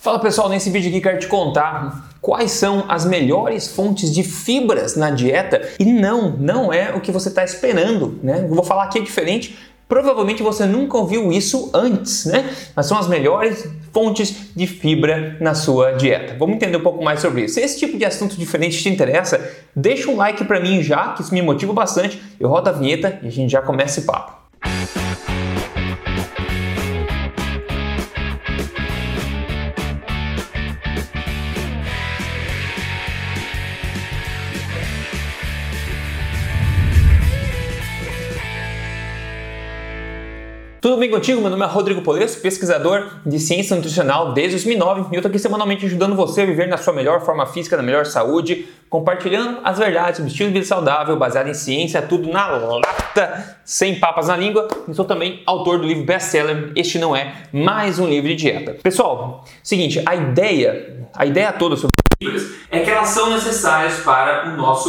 Fala pessoal, nesse vídeo aqui quero te contar quais são as melhores fontes de fibras na dieta e não é o que você está esperando, né? Eu vou falar aqui é diferente, provavelmente você nunca ouviu isso antes, né? Mas são as melhores fontes de fibra na sua dieta. Vamos entender um pouco mais sobre isso. Se esse tipo de assunto diferente te interessa, deixa um like para mim já, que isso me motiva bastante. Eu rodo a vinheta e a gente já começa esse papo. Tudo bem contigo? Meu nome é Rodrigo Polesso, pesquisador de ciência nutricional desde 2009 e eu estou aqui semanalmente ajudando você a viver na sua melhor forma física, na melhor saúde, compartilhando as verdades sobre estilo de vida saudável, baseado em ciência, tudo na lata, sem papas na língua. Eu sou também autor do livro best-seller Este Não É Mais Um Livro de Dieta. Pessoal, seguinte, a ideia toda sobre é que elas são necessárias para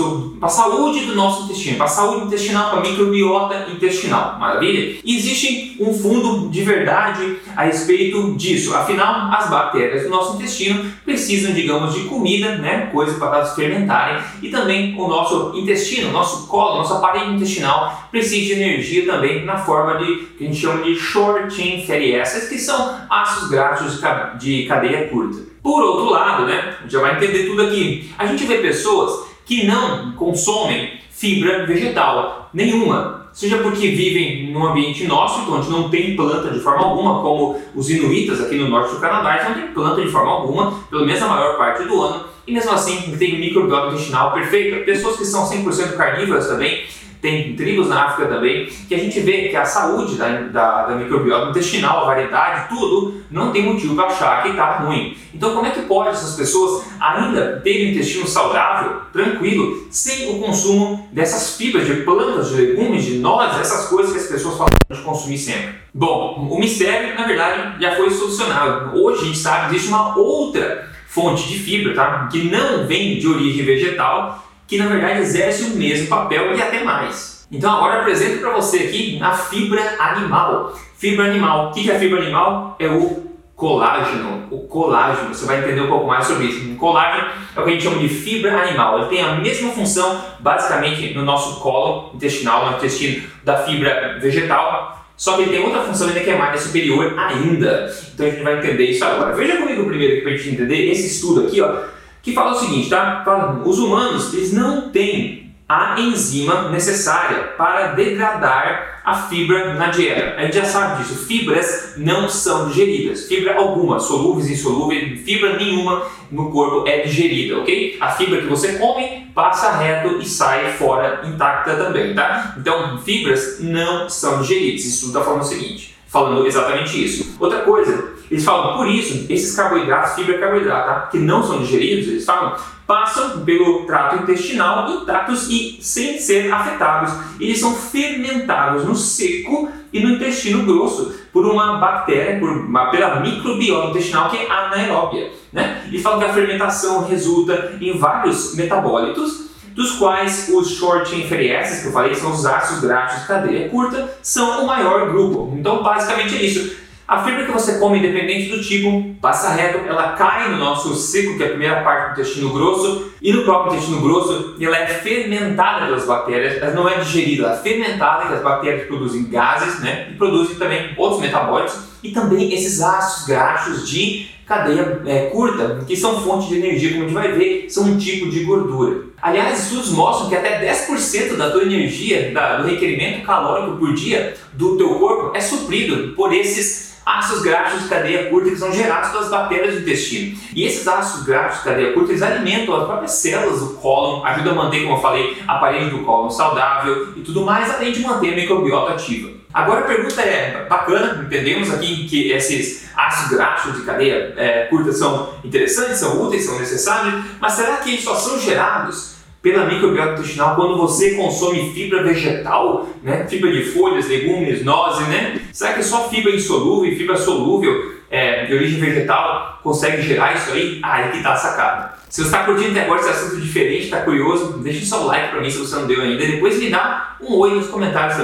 a saúde do nosso intestino, para a saúde intestinal, para a microbiota intestinal, maravilha? E existe um fundo de verdade a respeito disso, afinal as bactérias do nosso intestino precisam, digamos, de comida, né, coisa para elas fermentarem, e também o nosso intestino, nosso colo, nosso aparelho intestinal precisa de energia também na forma de, que a gente chama de short chain fatty acids, que são ácidos graxos de cadeia curta. Por outro lado, né, já vai entender tudo aqui, a gente vê pessoas que não consomem fibra vegetal nenhuma, seja porque vivem num ambiente nosso, então a gente não tem planta de forma alguma, como os inuitas aqui no norte do Canadá, eles não tem planta de forma alguma, pelo menos a maior parte do ano, e mesmo assim tem microbiota intestinal perfeita. Pessoas que são 100% carnívoras também, tem tribos na África também, que a gente vê que a saúde da microbiota intestinal, a variedade, tudo, não tem motivo para achar que está ruim. Então como é que pode essas pessoas ainda terem um intestino saudável, tranquilo, sem o consumo dessas fibras de plantas, de legumes, de nozes, essas coisas que as pessoas falam de consumir sempre? Bom, o mistério, na verdade, já foi solucionado. Hoje a gente sabe que existe uma outra fonte de fibra, tá? Que não vem de origem vegetal, que na verdade exerce o mesmo papel e até mais. Então agora eu apresento para você aqui a fibra animal. Fibra animal, o que é a fibra animal? É o colágeno. O colágeno, você vai entender um pouco mais sobre isso. O colágeno é o que a gente chama de fibra animal. Ele tem a mesma função basicamente no nosso colo intestinal, no intestino da fibra vegetal, só que ele tem outra função ainda que é mais superior ainda. Então a gente vai entender isso agora. Veja comigo primeiro aqui para a gente entender esse estudo aqui, ó, que fala o seguinte, tá? Os humanos, eles não têm a enzima necessária para degradar a fibra na dieta. A gente já sabe disso, fibras não são digeridas, fibra alguma, solúveis, insolúveis, fibra nenhuma no corpo é digerida, ok? A fibra que você come passa reto e sai fora intacta também, tá? Então, fibras não são digeridas, isso está falando o seguinte, falando exatamente isso. Outra coisa, eles falam, por isso, esses carboidratos, fibra e carboidrato, tá? Que não são digeridos, eles falam, passam pelo trato intestinal intactos e sem ser afetados. Eles são fermentados no seco e no intestino grosso por uma bactéria, pela microbiota intestinal que é anaeróbia, né? Eles falam que a fermentação resulta em vários metabólitos, dos quais os short chain fatty acids, que eu falei, são os ácidos graxos de cadeia curta, são o maior grupo. Então, basicamente é isso. A fibra que você come, independente do tipo, passa reto, ela cai no nosso ciclo, que é a primeira parte do intestino grosso, e no próprio intestino grosso, ela é fermentada pelas bactérias, ela não é digerida, ela é fermentada, que as bactérias produzem gases, né, e produzem também outros metabólitos, e também esses ácidos graxos de cadeia curta, que são fonte de energia, como a gente vai ver, são um tipo de gordura. Aliás, estudos mostram que até 10% da tua energia, do requerimento calórico por dia do teu corpo é suprido por esses ácidos graxos de cadeia curta que são gerados pelas bactérias do intestino. E esses ácidos graxos de cadeia curta, eles alimentam as próprias células do cólon, ajudam a manter, como eu falei, a parede do cólon saudável e tudo mais, além de manter a microbiota ativa. Agora a pergunta é bacana, entendemos aqui que esses ácidos graxos de cadeia curta são interessantes, são úteis, são necessários, mas será que eles só são gerados pela microbiota intestinal quando você consome fibra vegetal, né? Fibra de folhas, legumes, nozes, né? Será que só fibra insolúvel e fibra solúvel de origem vegetal consegue gerar isso aí? Aí que tá a sacada. Se você está curtindo até agora esse assunto diferente, está curioso, deixa o seu like para mim se você não deu ainda, e depois me dá um oi nos comentários também.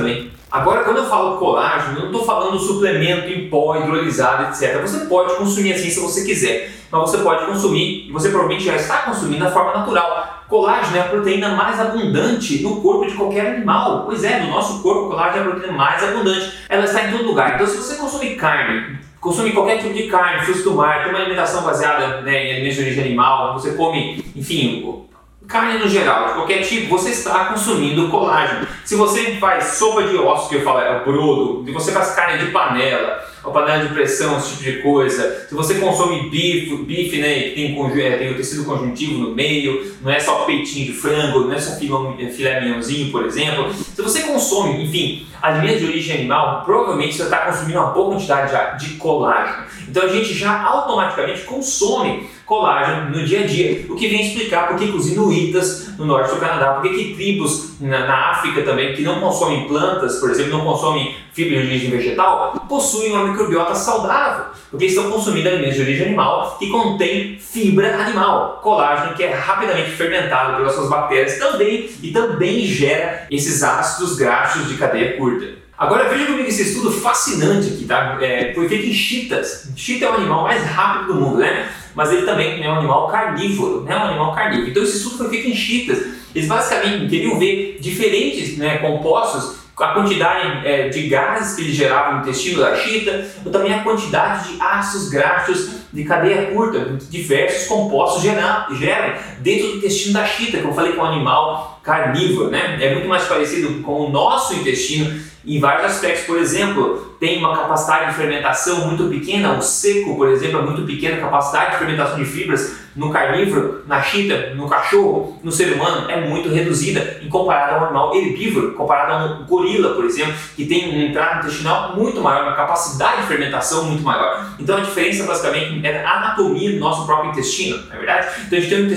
Agora, quando eu falo colágeno, eu não estou falando suplemento em pó, hidrolisado, etc. Você pode consumir assim se você quiser, mas você pode consumir, e você provavelmente já está consumindo da forma natural. Colágeno é a proteína mais abundante no corpo de qualquer animal. Pois é, no nosso corpo, o colágeno é a proteína mais abundante. Ela está em todo lugar. Então, se você consumir carne, consumir qualquer tipo de carne, frutos do mar, tem uma alimentação baseada, né, em alimentos de origem animal, você come, enfim, carne no geral, de qualquer tipo, você está consumindo colágeno. Se você faz sopa de ossos, que eu falo é o brodo, se você faz carne de panela, ou panela de pressão, esse tipo de coisa, se você consome bife, né, que tem o tecido conjuntivo no meio, não é só peitinho de frango, não é só filé mignonzinho, por exemplo. Se você consome, enfim, alimentos de origem animal, provavelmente você está consumindo uma boa quantidade de colágeno. Então a gente já automaticamente consome colágeno no dia a dia, o que vem explicar por que os inuitas no norte do Canadá, por que tribos na África também, que não consomem plantas, por exemplo, não consomem fibra de origem vegetal, possuem uma microbiota saudável, porque estão consumindo alimentos de origem animal que contém fibra animal, colágeno que é rapidamente fermentado pelas suas bactérias e também gera esses ácidos graxos de cadeia curta. Agora veja comigo esse estudo fascinante aqui, tá? Foi feito em chitas. Chita é o animal mais rápido do mundo, né? Mas ele também é um animal carnívoro, né? Então esse estudo foi feito em chitas. Eles basicamente queriam ver diferentes, né, compostos, a quantidade de gases que eles geravam no intestino da chita, ou também a quantidade de ácidos graxos de cadeia curta, que diversos compostos geram dentro do intestino da chita, que eu falei que é um animal carnívoro, né? É muito mais parecido com o nosso intestino em vários aspectos. Por exemplo, tem uma capacidade de fermentação muito pequena, o seco, por exemplo, é muito pequena, a capacidade de fermentação de fibras no carnívoro, na chita, no cachorro, no ser humano é muito reduzida em comparado a um animal herbívoro, comparado a um gorila, por exemplo, que tem um trato intestinal muito maior, uma capacidade de fermentação muito maior. Então a diferença basicamente é a anatomia do nosso próprio intestino, não é verdade? Então a gente tem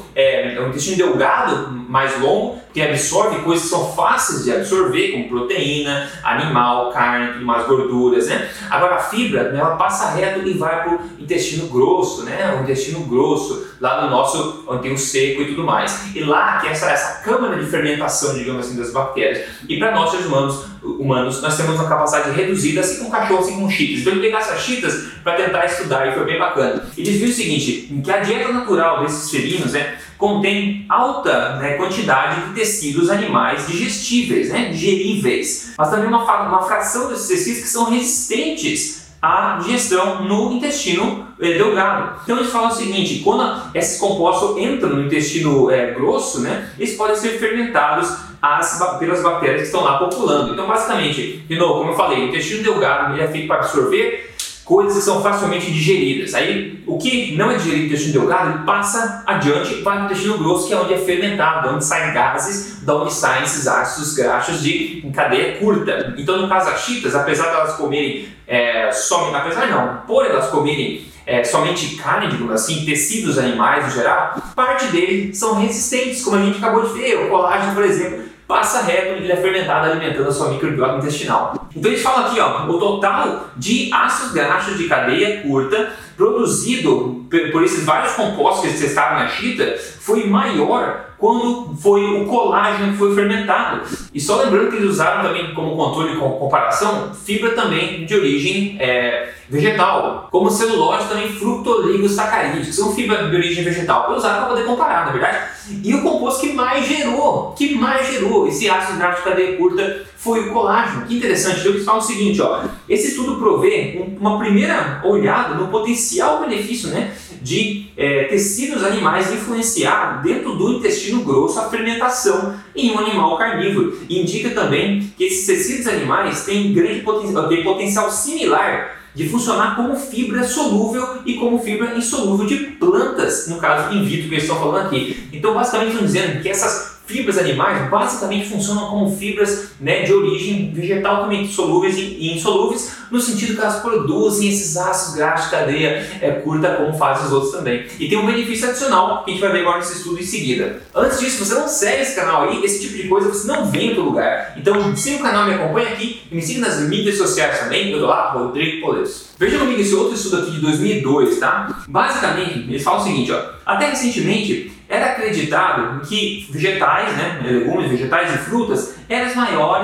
um intestino delgado, mais longo, que absorve coisas que são fáceis de absorver, como proteína, animal, carne, e mais gorduras, né? Agora a fibra, ela passa reto e vai para o intestino grosso, né? O intestino grosso, lá no nosso, onde tem o seco e tudo mais. E lá que é essa câmara de fermentação, digamos assim, das bactérias. E para nós, seres humanos, nós temos uma capacidade reduzida, assim como cachorro, assim como chitas. Então eu peguei essas chitas para tentar estudar e foi bem bacana. E eles viram o seguinte, que a dieta natural desses felinos, né, contém alta, né, quantidade de tecidos animais digestíveis, né, digeríveis, mas também uma fração desses tecidos que são resistentes à digestão no intestino delgado. Então eles falam o seguinte, quando esses compostos entram no intestino grosso, né, eles podem ser fermentados pelas bactérias que estão lá populando. Então basicamente, de novo, como eu falei, o intestino delgado ele é feito para absorver coisas que são facilmente digeridas. Aí, o que não é digerido no intestino delgado, ele passa adiante e vai no intestino grosso, que é onde é fermentado, onde saem gases, de onde saem esses ácidos graxos de cadeia curta. Então, no caso das chitas, apesar de elas comerem por elas comerem somente carne, digamos assim, tecidos animais no geral, parte deles são resistentes, como a gente acabou de ver. O colágeno, por exemplo, passa reto e ele é fermentado alimentando a sua microbiota intestinal. Então eles falam aqui, ó, o total de ácidos graxos de cadeia curta produzido por esses vários compostos que eles testaram na chita foi maior quando foi o colágeno que foi fermentado. E só lembrando que eles usaram também como controle e comparação fibra também de origem vegetal, como celulose também fructoligosacarídeos, que são fibra de origem vegetal. Foi usado para poder comparar, na verdade. E o composto que mais gerou esse ácido graxo de cadeia curta foi o colágeno. Que interessante. Então eles falam o seguinte, ó, esse estudo provê uma primeira olhada no potencial benefício, né, de tecidos animais influenciar dentro do intestino grosso a fermentação em um animal carnívoro. Indica também que esses tecidos animais têm potencial similar de funcionar como fibra solúvel e como fibra insolúvel de plantas, no caso in vitro que eles estão falando aqui. Então basicamente estão dizendo que essas fibras animais basicamente funcionam como fibras, né, de origem vegetal, também solúveis e insolúveis, no sentido que elas produzem esses ácidos graxos de cadeia curta, como fazem os outros também. E tem um benefício adicional que a gente vai ver agora nesse estudo em seguida. Antes disso, se você não segue esse canal aí, esse tipo de coisa você não vê em outro lugar. Então siga o canal, me acompanha aqui e me siga nas mídias sociais também. Eu tô lá, Rodrigo Polesso. Veja comigo esse outro estudo aqui de 2002, tá? Basicamente, eles falam o seguinte, ó, até recentemente era acreditado que vegetais, né, legumes, vegetais e frutas eram as maiores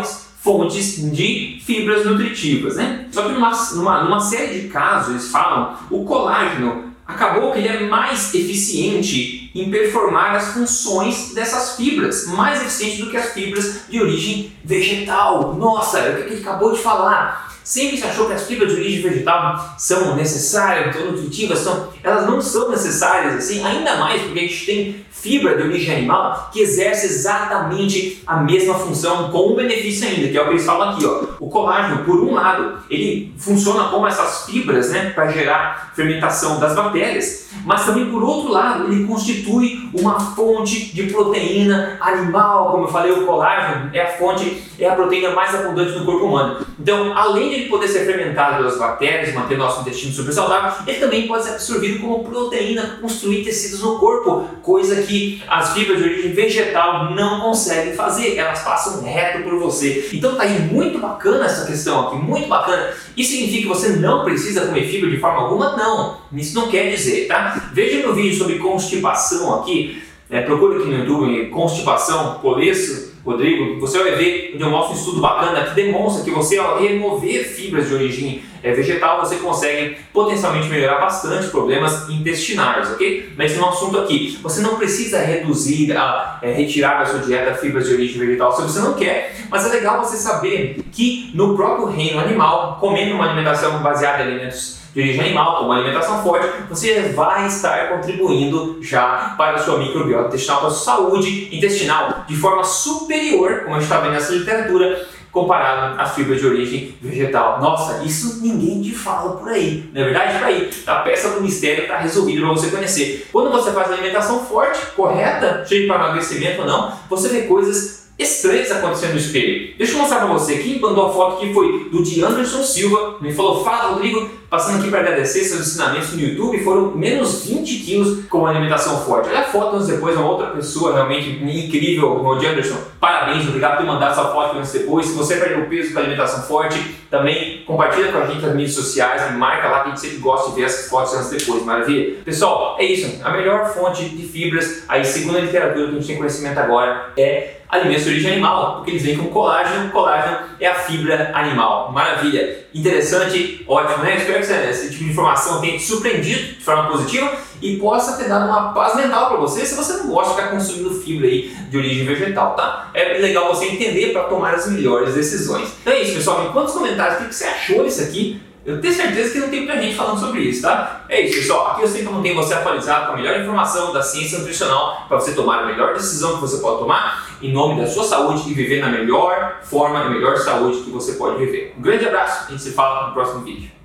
fontes de fibras nutritivas, né? Só que numa série de casos, eles falam, o colágeno acabou que ele é mais eficiente em performar as funções dessas fibras, mais eficiente do que as fibras de origem vegetal. Nossa, é o que ele acabou de falar. Sempre se achou que as fibras de origem vegetal são necessárias, são nutritivas, elas não são necessárias assim, ainda mais porque a gente tem fibra de origem animal que exerce exatamente a mesma função com um benefício ainda, que é o que eles falam aqui, ó. O colágeno, por um lado, ele funciona como essas fibras, né, para gerar fermentação das bactérias, mas também por outro lado, ele constitui uma fonte de proteína animal. Como eu falei, o colágeno é a proteína mais abundante no corpo humano. Então, além de ele poder ser fermentado pelas bactérias, manter nosso intestino super saudável, ele também pode ser absorvido como proteína para construir tecidos no corpo, coisa que as fibras de origem vegetal não conseguem fazer, elas passam reto por você. Então tá aí muito bacana essa questão aqui, muito bacana. Isso significa que você não precisa comer fibra de forma alguma? Não, isso não quer dizer, tá? Veja meu vídeo sobre constipação aqui, procure aqui no YouTube, constipação, Polesso, Rodrigo, você vai ver onde eu mostro um estudo bacana que demonstra que você, ao remover fibras de origem vegetal, você consegue potencialmente melhorar bastante problemas intestinais, ok? Mas esse é um assunto aqui. Você não precisa reduzir, retirar da sua dieta fibras de origem vegetal se você não quer, mas é legal você saber que no próprio reino animal, comendo uma alimentação baseada em alimentos de origem animal, com uma alimentação forte, você vai estar contribuindo já para a sua microbiota intestinal, para a sua saúde intestinal, de forma superior, como a gente está vendo nessa literatura, comparado às fibras de origem vegetal. Nossa, isso ninguém te fala por aí, não é verdade? Por aí, a peça do mistério está resolvida para você conhecer. Quando você faz alimentação forte, correta, cheia para emagrecimento ou não, você vê coisas estranhas acontecendo no espelho. Deixa eu mostrar para você. Quem mandou a foto aqui foi do de Anderson Silva, me falou: fala, Rodrigo, passando aqui para agradecer seus ensinamentos no YouTube, foram menos 20 quilos com uma alimentação forte. Olha a foto anos depois, uma outra pessoa realmente incrível, o de Anderson. Parabéns, obrigado por mandar essa foto anos depois. Se você perdeu peso com a alimentação forte, também compartilha com a gente nas mídias sociais, me marca lá que a gente sempre gosta de ver essas fotos anos depois, maravilha? Pessoal, é isso, a melhor fonte de fibras, aí segundo a literatura que a gente tem conhecimento agora, é alimentos de origem animal, porque eles vêm com colágeno. Colágeno é a fibra animal. Maravilha, interessante, ótimo, né? Espero que esse tipo de informação tenha te surpreendido de forma positiva e possa ter dado uma paz mental para você se você não gosta de ficar consumindo fibra aí de origem vegetal, tá? É legal você entender para tomar as melhores decisões. Então é isso, pessoal, me conta nos comentários o que você achou disso aqui. Eu tenho certeza que não tem muita gente falando sobre isso, tá? É isso, pessoal. Aqui eu sempre mantenho você atualizado com a melhor informação da ciência nutricional para você tomar a melhor decisão que você pode tomar em nome da sua saúde e viver na melhor forma, na melhor saúde que você pode viver. Um grande abraço, a gente se fala no próximo vídeo.